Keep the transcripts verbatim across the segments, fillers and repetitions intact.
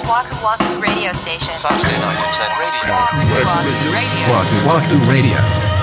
Waku Waku Radio Station. Saturday night at ten radio. Waku Waku Radio. Wahoo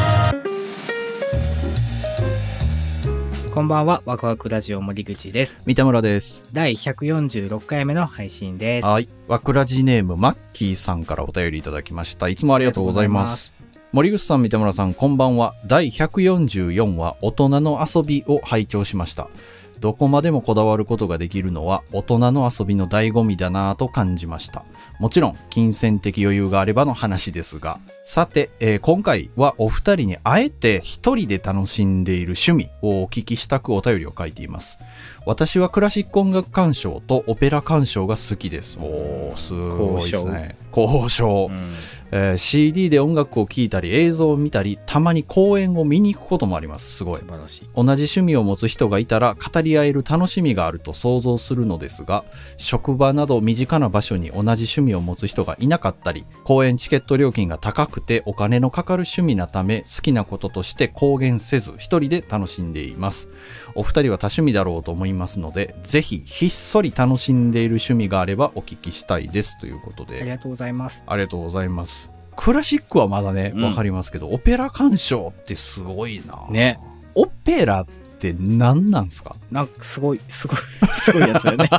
Wahoo Radio。こんばんは、ワクワクラジオ森口です。 三田村です。 だいひゃくよんじゅうろっかいめの配信です。 はい。ワクラジネームマッキーさんからお便りいただきました。いつもありがとうございます。森口さん、三田村さん、こんばんは。だいひゃくよんじゅうよんわ大人の遊びを拝聴しました。どこまでもこだわることができるのは大人の遊びの醍醐味だなぁと感じました。もちろん金銭的余裕があればの話ですが、さて、えー、今回はお二人にあえて一人で楽しんでいる趣味をお聞きしたくお便りを書いています。私はクラシック音楽鑑賞とオペラ鑑賞が好きです。おー、すごいですね。交渉、うんえー、シーディー で音楽を聴いたり映像を見たり、たまに公演を見に行くこともあります。すごい。 素晴らしい。 同じ趣味を持つ人がいたら語り合える楽しみがあると想像するのですが、職場など身近な場所に同じ趣味を持つ人がいなかったり、公演チケット料金が高くてお金のかかる趣味なため、好きなこととして公言せず一人で楽しんでいます。お二人は多趣味だろうと思いますので、ぜひひっそり楽しんでいる趣味があればお聞きしたいですということで。 ありがとうございます。 ありがとうございます。クラシックはまだね、わかりますけど、うん、オペラ鑑賞ってすごいな。 ね。 オペラって何なんすか？ なんかすごい、すごい、すごいやつだよね。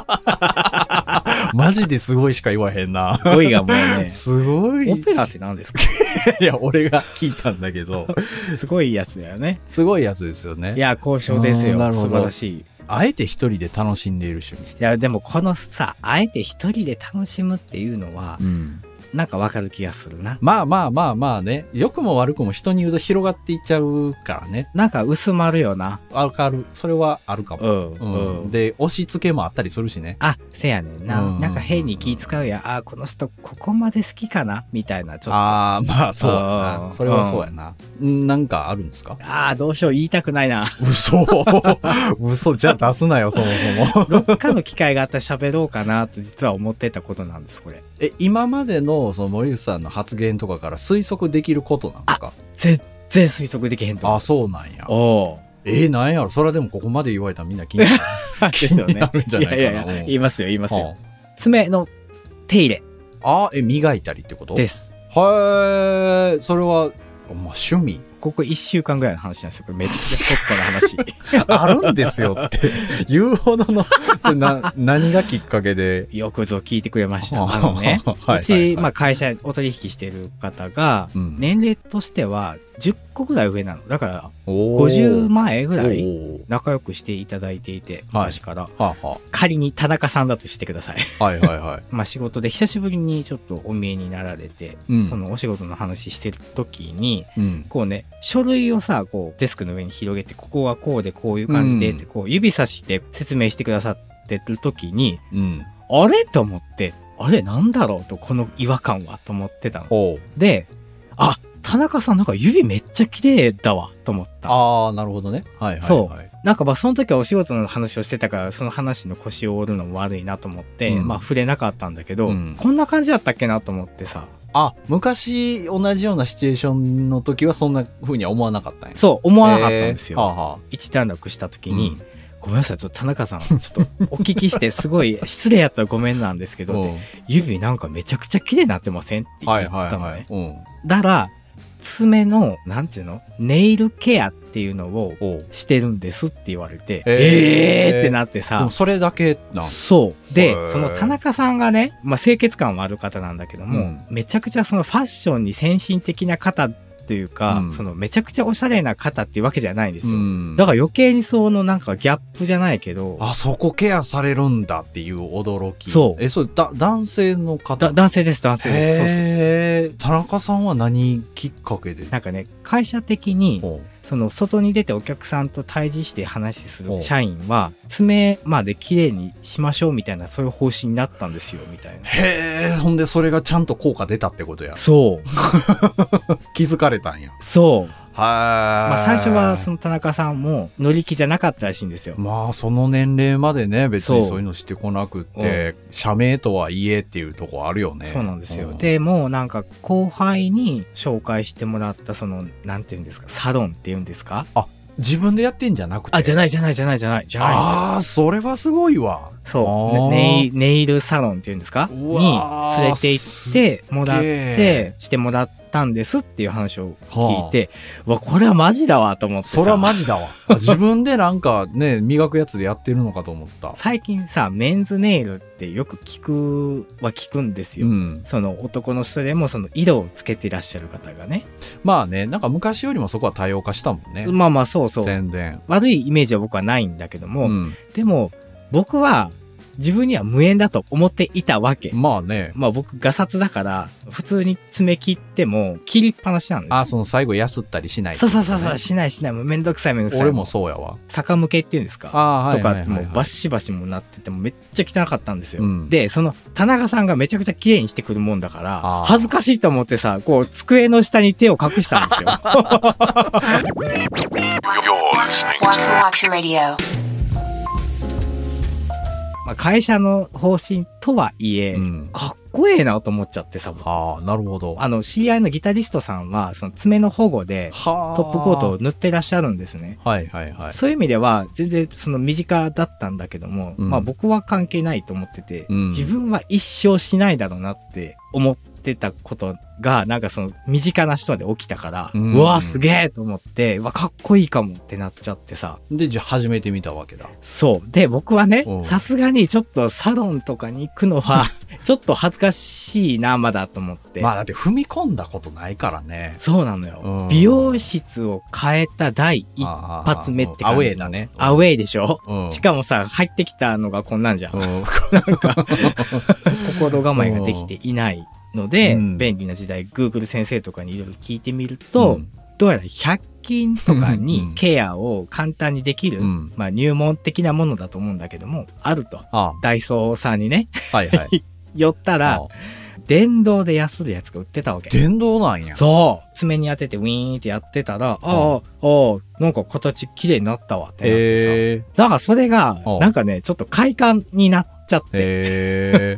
マジですごいしか言わへんな。 すごいがもうね。 すごい。 オペラって何ですか？ いや、俺が聞いたんだけど。 すごいやつだよね。 すごいやつですよね。 いや、交渉ですよ。素晴らしい。 あえて一人で楽しんでいる趣味。 いや、でもこのさ、あえて一人で楽しむっていうのは、うんなんかわかる気がするな。 まあまあまあまあね。良くも悪くも人に言うと広がっていっちゃうからね。 なんか薄まるよな。 わかる。それはあるかも。うん。うんうん、で、押し付けもあったりするしね。 あ、せやねんな。うん、なんか変に気使うや。あ、この人ここまで好きかなみたいな。ちょっと。ああ、まあそうやな。それはそうやな。んなんかあるんですか？ ああ、どうしよう。言いたくないな。 嘘。嘘。じゃあ出すなよ、そもそも。 どっかの機会があったら喋ろうかなと実は思ってたことなんです、これ。 え、今までのその森口さんの発言とかから推測できることなんですか？ 全然推測できへんと思う。 あ、そうなんや。 おえー、なんやろ。それはでもここまで言われたらみんな気になる。 ですよね。 気になるんじゃないかな。 いやいやいや、言いますよ、言いますよ。爪の手入れ。 あ、え、磨いたりってことです。 はい。それは、まあ、趣味。 ここいっしゅうかんぐらいの話なんですよ。これめっちゃホットな話。あるんですよって言うほどの、それな、何がきっかけで。 よくぞ聞いてくれました。あのね、はいはいはい、うち、まあ、会社お取引している方が、うん、年齢としてはじゅっこぐらい上なの。だから、ごじゅうまえぐらい仲良くしていただいていて、昔から、はいはあはあ。仮に田中さんだとしてください。 はいはいはい。 まあ仕事で久しぶりにちょっとお見えになられて、うん、そのお仕事の話してる時に、うん、こうね、書類をさ、こうデスクの上に広げて、ここはこうでこういう感じでって、こう指さして説明してくださってる時に、うん、あれと思って、あれなんだろうと、この違和感はと思ってたの。で、あ、田中さんなんか指めっちゃ綺麗だわと思った。 ああ、なるほどね。はいはいはい。 そう。なんかまあその時はお仕事の話をしてたから、その話の腰を折るのも悪いなと思って、うん、まあ触れなかったんだけど、うん、こんな感じだったっけなと思ってさ。 あ、昔同じようなシチュエーションの時はそんな風には思わなかったんや。 そう、思わなかったんですよ。 えー、はあはあ、 一段落した時に、うん、ごめんなさい、ちょっと田中さん、ちょっとお聞きしてすごい失礼やったらごめんなんですけど、指なんかめちゃくちゃ綺麗になってませんって言ったのね。はいはいはい、うん、だから、爪の、なんていうの？ネイルケアっていうのをしてるんですって言われて、えー、えーってなってさ。 それだけなん？ そう。で、その田中さんがね、まあ、清潔感はある方なんだけども、うん、めちゃくちゃそのファッションに先進的な方というか、うん、そのめちゃくちゃおしゃれな方っていうわけじゃないんですよ。うん、だから余計にそのなんかギャップじゃないけど。 あ、そこケアされるんだっていう驚き。 そう。 え、それだ、男性の方？ 男性です、男性です。 へー。そうそう。田中さんは何きっかけで？ なんかね、会社的に、その外に出てお客さんと対峙して話する社員は爪まで綺麗にしましょうみたいな、そういう方針になったんですよみたいな。 へー。ほんでそれがちゃんと効果出たってことや。 そう気づかれたんや。 そう。 はー。 まあ最初はその田中さんも乗り気じゃなかったらしいんですよ。 まあその年齢までね、別にそういうのしてこなくって、社名とはいえっていうとこあるよね。 そうなんですよ。でもうなんか後輩に紹介してもらったそのなんていうんですか、サロンっていうんですか。 あ、 自分でやってんじゃなくて。 あ、じゃないじゃないじゃないじゃないじゃないですよ。 ああ、それはすごいわ。 そう。ネイ、ネイルサロンっていうんですかに連れて行ってもらって、してもらったんですっていう話を聞いて、はあ、わ、これはマジだわと思ってさ。 それはマジだわ。自分でなんかね、磨くやつでやってるのかと思った。 最近さ、メンズネイルってよく聞くは聞くんですよ。うん、その男の人でもその色をつけていらっしゃる方がね。 まあね、なんか昔よりもそこは多様化したもんね。 まあまあそうそう。 全然。 悪いイメージは僕はないんだけども、うん、でも僕は自分には無縁だと思っていたわけ。 まあね。 まあ僕ガサツだから普通に爪切っても切りっぱなしなんですよ。 あ、その最後やすったりしない、ね。 そうそうそうそう、しないしない。もうめんどくさいめんどくさい。 俺もそうやわ。 逆向けっていうんですか。 あ、はい、 とかもうバシバシもなっててもめっちゃ汚かったんですよ。うん、で、その田中さんがめちゃくちゃ綺麗にしてくるもんだから恥ずかしいと思ってさ、こう机の下に手を隠したんですよ。まあ会社の方針とはいえ、うん、かっこええなと思っちゃってさ。 はあ、なるほど。 あの、知り合いのギタリストさんは、その爪の保護で、トップコートを塗ってらっしゃるんですね。 はいはいはい。 そういう意味では、全然その身近だったんだけども、うん、まあ僕は関係ないと思ってて、うん、自分は一生しないだろうなって思ってたことが、なんかその身近な人で起きたから、うん、うわすげえと思って、うわかっこいいかもってなっちゃってさ。 で、じゃあ始めてみたわけだ。 そう。で、僕はね、さすがにちょっとサロンとかに行くのは、ちょっと恥ずかしいな、まだと思って。 まあだって踏み込んだことないからね。 そうなのよ。うん、美容室を変えた第一発目って感じ。 アウェーだね。 アウェーでしょ、うん、しかもさ、入ってきたのがこんなんじゃん。うん、なんか、心構えができていないので、うん、便利な時代、Google 先生とかにいろいろ聞いてみると、うん、どうやらひゃく均とかにケアを簡単にできる、うん、まあ入門的なものだと思うんだけども、あると。ああダイソーさんにね。はいはい。寄ったら、電動で安いやつが売ってたわけ。 電動なんや。 そう。爪に当ててウィーンってやってたら、ああ、ああ、なんか形綺麗になったわってなってさ。だからそれが、なんかね、ちょっと快感になっちゃって。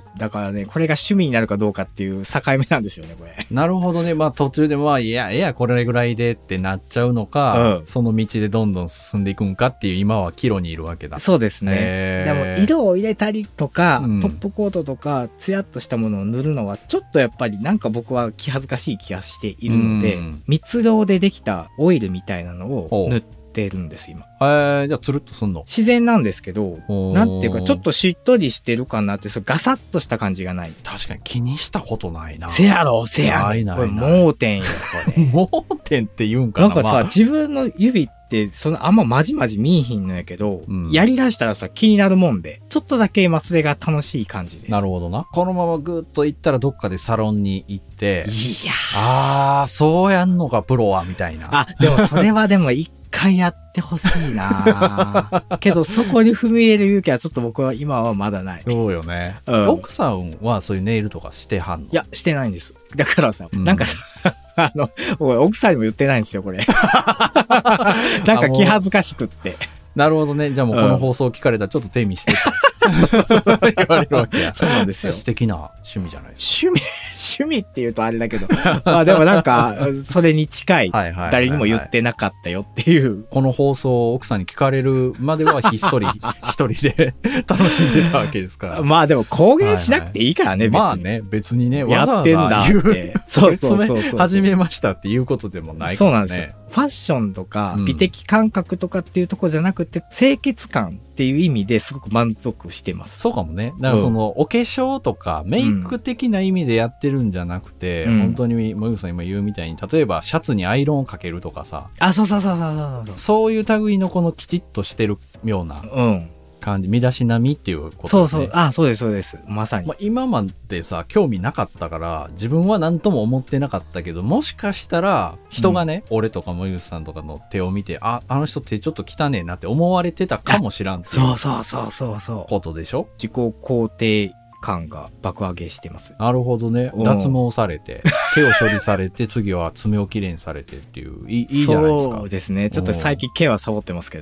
だからね、これが趣味になるかどうかっていう境目なんですよね、これ。 なるほどね。まあ途中でまあ、いや、いや、これぐらいでってなっちゃうのか、うん、その道でどんどん進んでいくんかっていう、今は岐路にいるわけだ。 そうですね。でも、色を入れたりとか、うん、トップコートとか、ツヤっとしたものを塗るのは、ちょっとやっぱりなんか僕は気恥ずかしい気がしているので、うん、蜜蝋でできたオイルみたいなのを塗ってるんです今。 えー、じゃあつるっとすんの？ 自然なんですけど、なんていうかちょっとしっとりしてるかなって、そうガサッとした感じがない。 確かに気にしたことないな。 せやろせやろ。ないないない。これ盲点よこれ。 盲点って言うんかな。 なんかさ、まあ、自分の指ってそのあんままじまじ見えひんのやけど、うん、やりだしたらさ気になるもんで、ちょっとだけ今それが楽しい感じです。 なるほどな。このままぐーっと行ったらどっかでサロンに行って、 いやあーそうやんのかプロはみたいな。 あでもそれはでも一回やってほしいなけどそこに踏み入れる勇気はちょっと僕は今はまだない。 そうよね、うん、奥さんはそういうネイルとかしてはんの？ いやしてないんです。だからさ、うん、なんかさあの奥さんにも言ってないんですよこれ。なんか気恥ずかしくって。 なるほどね。じゃあもうこの放送聞かれたらちょっと手見して言われるわけや。 そうなんですよ。 素敵な趣味じゃないですか。趣味趣味って言うとあれだけど、まあでもなんかそれに近い、誰にも言ってなかったよっていう。 この放送を奥さんに聞かれるまではひっそり一人で楽しんでたわけですから。 まあでも公言しなくていいからね。 はいはい、別にまあね別にねわざわざやってんだって。 そうそうそうそう。始めましたっていうことでもないからね。そうなんですよ。 ファッションとか美的感覚とかっていうところじゃなくて、清潔感っていう意味ですごく満足してます。 そうかもね。だからその、うん、お化粧とかメイク的な意味でやってるんじゃなくて、うん、本当にもゆさん今言うみたいに、例えばシャツにアイロンをかけるとかさ、 あ、そうそうそうそうそうそう。 そういう類のこのきちっとしてるような。うん。感じ、身だしなみっていうことですね。 そうそう。あ、そうです、そうです。まさに。 まあ、今までさ、興味なかったから、自分は何とも思ってなかったけど、もしかしたら、人がね、うん、俺とかもゆさんとかの手を見て、あ、あの人手ちょっと汚ねえなって思われてたかもしらんっていう。 そうそうそうそうそう。 ことでしょ？ 自己肯定感が爆上げしてます。 なるほどね。脱毛されて、毛を処理されて、次は爪をきれいにされてっていう、いい、いいじゃないですか。 そうですね。ちょっと最近毛はサボってますけど。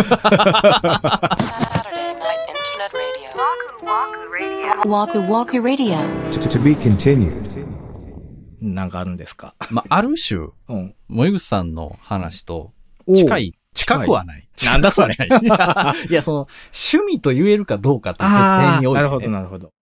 Waku Waku Radio. To be continued. なんかあるんですか？ まあ、ある種、うん、もゆさんの話と近い近くはない。 なんだそれ。 いや、いやその、趣味と言えるかどうかという点において、ね。 なるほど、なるほど。